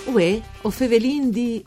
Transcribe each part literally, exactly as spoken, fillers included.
Uè, o fevelin di...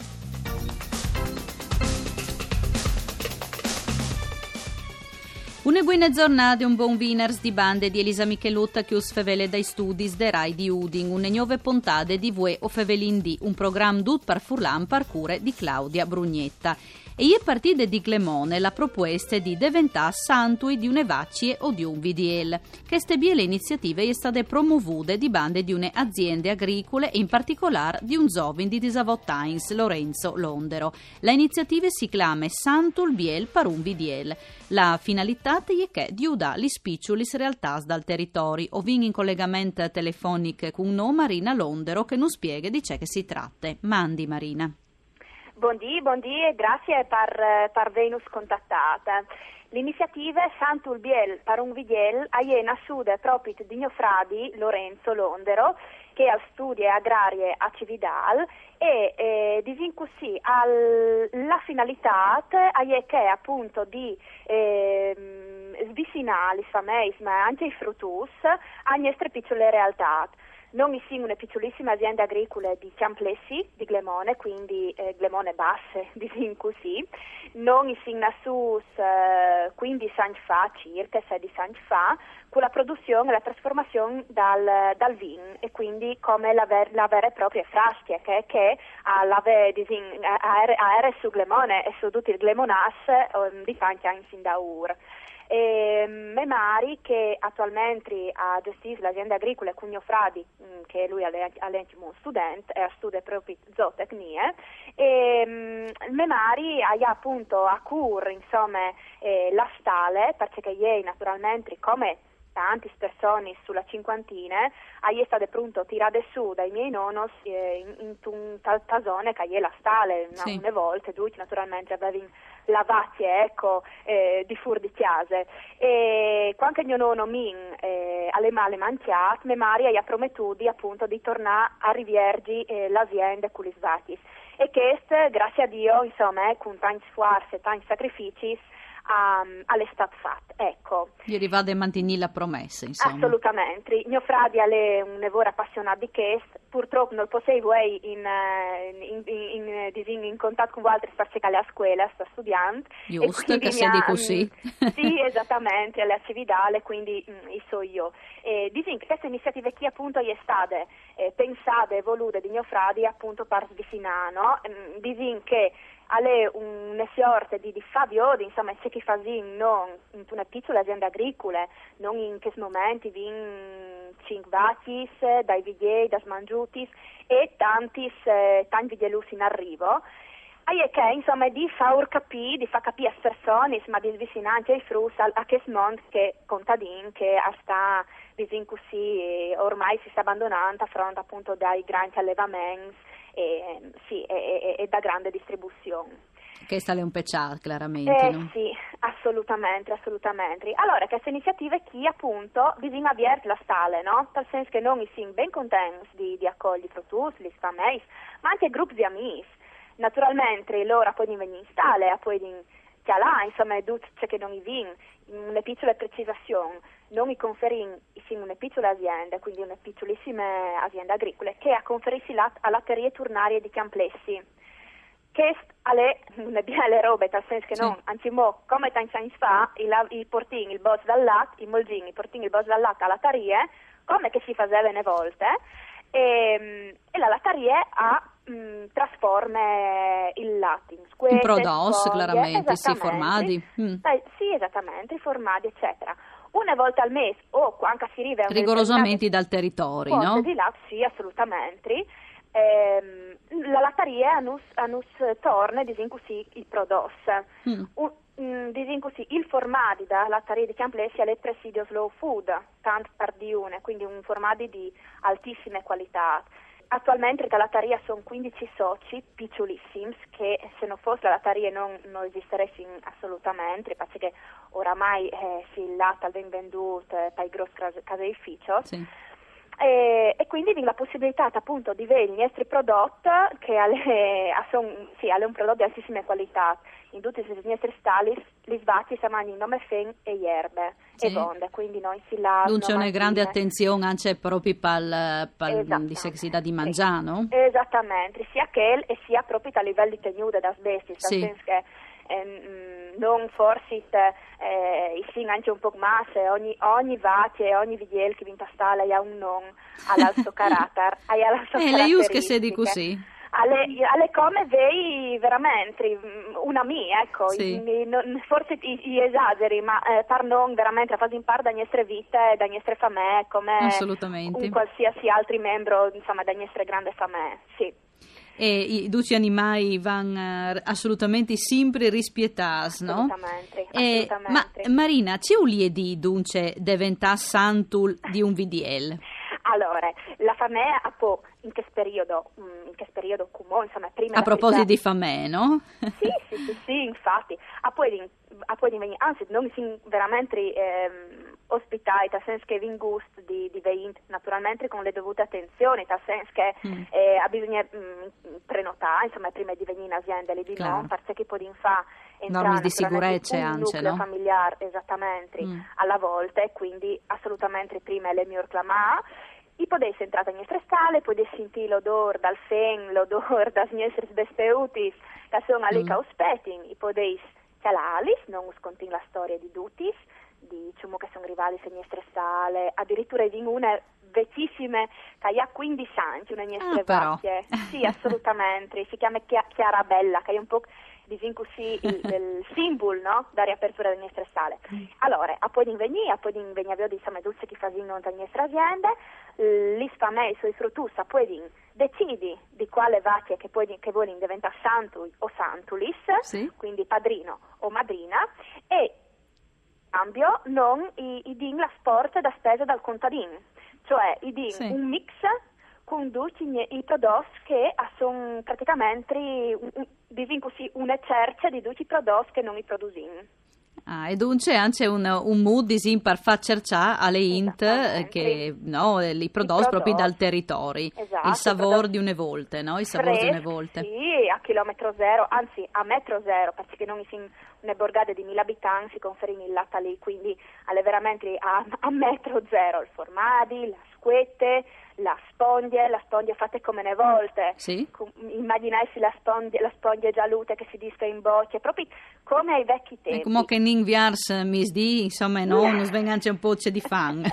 Una buona giornata e un buon winners di bande di Elisa Michelutta che us fevele dai studi de Rai di Udin, une nuove puntate di Vue o Fevelin di, un programma dut par furlan parcure di Claudia Brugnetta. E è partita di Glemone la proposta di diventare santui di une vaccie o di un V D L. Queste biele iniziative è state promovute di bande di une aziende agricole e in particolare di un giovane di Disavottains, Lorenzo Londero. La iniziativa si chiama Santul Biel par un V D L. La finalità è che di udà gli spicciulis realtà dal territorio. Ovin in collegamento telefonico con no Marina Londero che non spiega di c'è che si tratta. Mandi Marina. Buondì, buondì e grazie per, per Venus contattata. L'iniziativa Santul Biel per un Vidiel è nascuta proprio di mio fradi Lorenzo Londero, che ha studi agrarie a Cividal e eh, disin così al, la finalità è che appunto di eh, svicinare le famiglie ma anche i fruttus a nostre piccole realtà. Non essendo una piccolissima azienda agricola di Ciamplessi, di Glemone, quindi eh, Glemone Basse, diciamo così, non essendo sus eh, quindici anni fa, circa sedici anni fa, con la produzione e la trasformazione dal, dal vin e quindi come la, ver, la vera e propria frastia che, che a, la, disin, a, a era su Glemone e su tutti il Glemonas um, di tanti anni sin da ora. E Memari che attualmente ha gestito l'azienda agricola Cugno Fradi, mh, che lui è un studente e ha studiato proprio zootecnie, e mh, Memari ha appunto a cura insomma eh, la stale perché ieri naturalmente come tante persone sulla cinquantina è stato pronto tirare su dai miei nonnos eh, in, in un tal tasone che è la stale una, sì. Una volta due naturalmente avevano la vaccia ecco eh, di fur di chiase e quando mio nonno min eh, alle male mangiate mia Maria gli ha promettuto appunto di tornare a riviergi eh, l'azienda con le svacchi e questo grazie a Dio insomma con tanti sforzi e tanti sacrifici Um, all'estate fatta, ecco. Gli arrivate a mantenere la promessa, insomma. Assolutamente. Mio fratello è un lavoro appassionato di questo, purtroppo non potevo in, in, in, in, in contatto con altri perché è a scuola, sta studiando. Giusto, che sei di così. Sì, esattamente, è a Cividale, quindi mh, so io. E disin che queste iniziative qui appunto è state eh, pensate e volute di mio fratello appunto per svicinare, no? Disin che alle una sorta di, di Fabio, di, insomma, se che fa non in una piccola azienda agricola, non in che momenti vin cinque vaccis, dai vidiei, da smangiutis e tanti eh, tanti vidielus in arrivo. E che insomma di far capire, di far capire a persone, ma di svicinare ai frutti a, a che mondo che contadini che sta diciamo così ormai si sta abbandonando a fronte appunto dai grandi allevamenti e, sì, e, e, e da grande distribuzione. Che sta un peccato, chiaramente, eh, no? Sì, assolutamente, assolutamente. Allora, queste iniziative qui, appunto, bisogna avere la stale, no? Nel senso che noi siamo ben contenti di, di accogliere tutti, le famiglie, ma anche gruppi di amici. Naturalmente, loro poi vengono in stale, poi in là, insomma, è tutto ciò che non viene, una piccola precisazione. Non i conferin in una piccola azienda, quindi una piccolissima azienda agricola, che ha conferito alla terrie turnarie di Ciamplessi. Che è una bella roba, nel senso che sì. Non, anzi mo, come tanti anni fa, i, i portini, il boss dal latte, i molgini, i portini, il boss dal latte alla tarie, come che si faceva una volta, e, e la lattarie ha mh, trasforma il latte in squette, in prodotti, chiaramente, sì, formati. Mm. Eh, sì, esattamente, formati, eccetera. Una volta al mese o quando si arriva rigorosamente dal territorio, no? Di là, sì, assolutamente. Ehm, la lattaria a nos torna, diciamo così, il prodotto. Mm. Mm, diciamo così, il formato da lattaria di Ciamplessi è presidio slow food, tanto per di una, quindi un formato di altissime qualità. Attualmente la lattaria sono quindici soci piccolissimi che se non fosse la lattaria non, non esisterebbe assolutamente perché oramai eh, si il latte viene venduto per i grossi caseifici. Sì. E, e quindi la possibilità appunto di vedere i nostri prodotti che alle, son, sì, alle un prodotto di altissima qualità. In tutti i nostri stali li svati si mangiano nome fen e erbe sì. e bonde, quindi noi si lasciano. Non c'è una grande attenzione anche proprio per il si dà di mangiare, no? Esattamente, sia che e sia proprio a livello di tenuta da sbesti, sì. nel senso che eh, non forse eh, i sing anche un po' masse, ogni, ogni vate e ogni vidiel che vinta stale ha un non all'alto carattere, ha la sua e lei che sei di così? Alle, alle come vei veramente una mia, ecco, sì. i, non, forse i, esageri, ma eh, par non veramente a fare in par da nostre vite, da nostre famiglie, come un qualsiasi altro membro, insomma, da nostre grandi famiglie, sì. E i duci animali vanno assolutamente sempre rispettati, no? Assolutamente, e, assolutamente. Ma Marina, c'è un liedi dunque diventa santul di un V D L? Allora, la famiglia ha po' in che periodo, in che periodo comune, insomma, prima... A proposito di famiglia, no? Sì, sì, sì, sì, infatti. A poi, a poi venire, anzi, non mi si veramente ehm, ospitati, nel senso che vi gusto di, di venire, naturalmente con le dovute attenzioni, nel senso che mm. eh, bisogna mh, prenotare, insomma, prima di venire in azienda, lì di no, perché poi fa norme di sicurezza un anche, nucleo no? familiare, esattamente, mm. alla volta, e quindi assolutamente prima le mie reclamare. I potessi entrare in nostre stale, potessi sentire l'odore dal fen, l'odore das nostre besteutis, che sono lì che aspettano, i potessi chialalis, non scontin la storia di dutis, diciamo che sono rivali in nostre stale, addirittura in una vecchissime, che ha quindici anni, una nostre ah, vecchie. Sì, assolutamente, si chiama Chiara Bella, che è un po' diciamo così il, il simbolo, no? Da riapertura delle nostre sale. Allora, a poi di venire, a poi di venire di insomma dulce che fanno nelle nostre aziende, li spamei sui fruttus, a poi di decidi di quale vacche che poi che vuole diventare santul o santulis, sì. quindi padrino o madrina, e cambio non i, i din la sport da spesa dal contadino, cioè i din sì. un mix con tutti i prodotti che sono praticamente un, così, una cercia di tutti i prodotti che non i produciamo. Ah, e dunque anche un, un mood di per far cercare alle int che no, i prodotti proprio dal territorio, esatto, il sapore di une volte, no? Il sapore di une volte. Sì, a chilometro zero, anzi a metro zero, perché non in una borgata di mille abitanti si conferisce il latte lì, quindi alle veramente a, a metro zero il formaggi, la squette, la spongia, la spongia fatte come ne volte. Sì. Immaginarsi la spongia, la spongia gialluta che si disfa in bocce, proprio come ai vecchi tempi. E come che in inviars misdi, insomma, no, non svenga anche un po' di fan.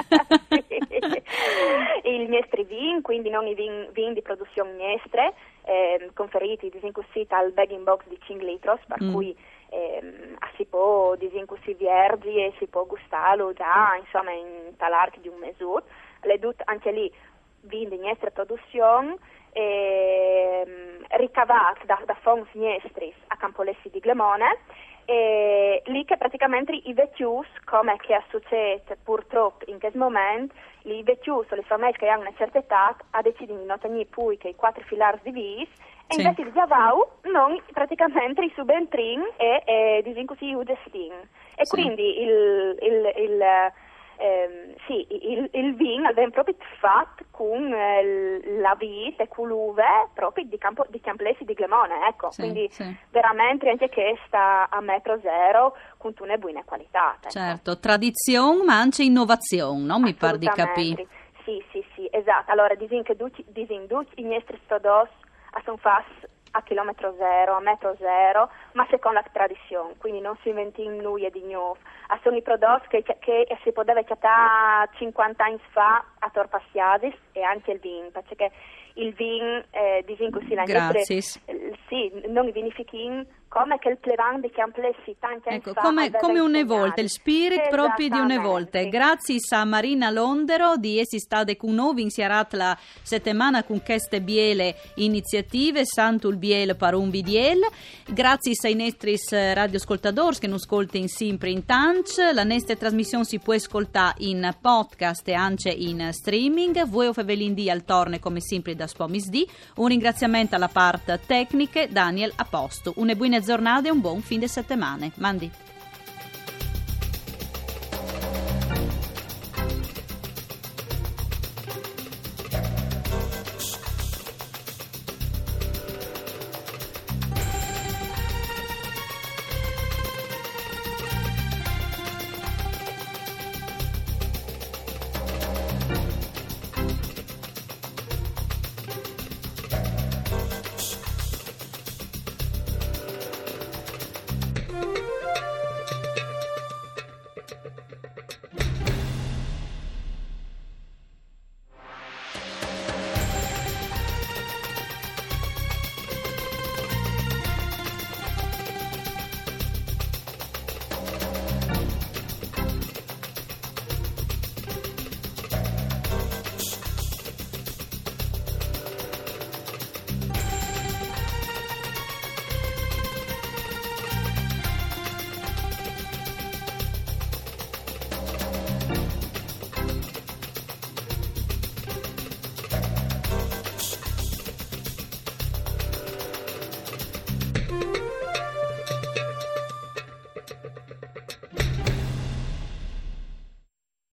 Il nostri vin, quindi non i vin, vin di produzione nostre, eh, conferiti così al bagging box di cinque litri, per mm. cui eh, si può così verdi e si può gustarlo già, insomma, in talarchi di un mesur. Le dut anche lì vin di nostra produzione eh, ricavati da, da fonti nostri a Campolessi di Glemone, e lì che praticamente i vecchius, come che è successo purtroppo in questo momento, i vecchius o le famiglie che hanno una certa età ha deciso di non tenere più che i quattro filari di vis, e sì. invece il Giavau non praticamente i subentrin e, e diciamo così i gestin. E sì. quindi il, il, il ehm, sì, il, il vin abbiamo proprio fatto con eh, la vite, con l'uve proprio di, campo, di Camplessi di Glemone, ecco, sì, quindi sì. veramente anche che sta a metro zero con una buona qualità. Ecco. Certo, tradizione ma anche innovazione, no? Mi pare di capire. Sì, sì, sì, esatto. Allora, disin che duci, disin duci i nostri prodotti sono fatti a chilometro zero, a metro zero, ma secondo la tradizione, quindi non si inventi nulla di nuovo. Sono i prodotti che, che si poteva chiamare cinquanta anni fa a Torpassiasis, e anche il vin, perché il vin, eh, disin così, la nostra, eh, sì, non i vinifichini, come che il plevan di Camplessi tanti anni ecco, fa come, come une volte, il spirit proprio di une volte. Grazie a Marina Londero di essi stade con noi in Siarat la settimana con queste biele iniziative Santul Biel per un V D L. Grazie ai nostri radioascoltatori che non ascoltano sempre in tanch. La nostra trasmissione si può ascoltare in podcast e anche in streaming. Voi o Fevelindì al torne come sempre da Spomisdì. Un ringraziamento alla parte tecniche Daniel Aposto. Une buone giornate e un buon fin di settimana. Mandi.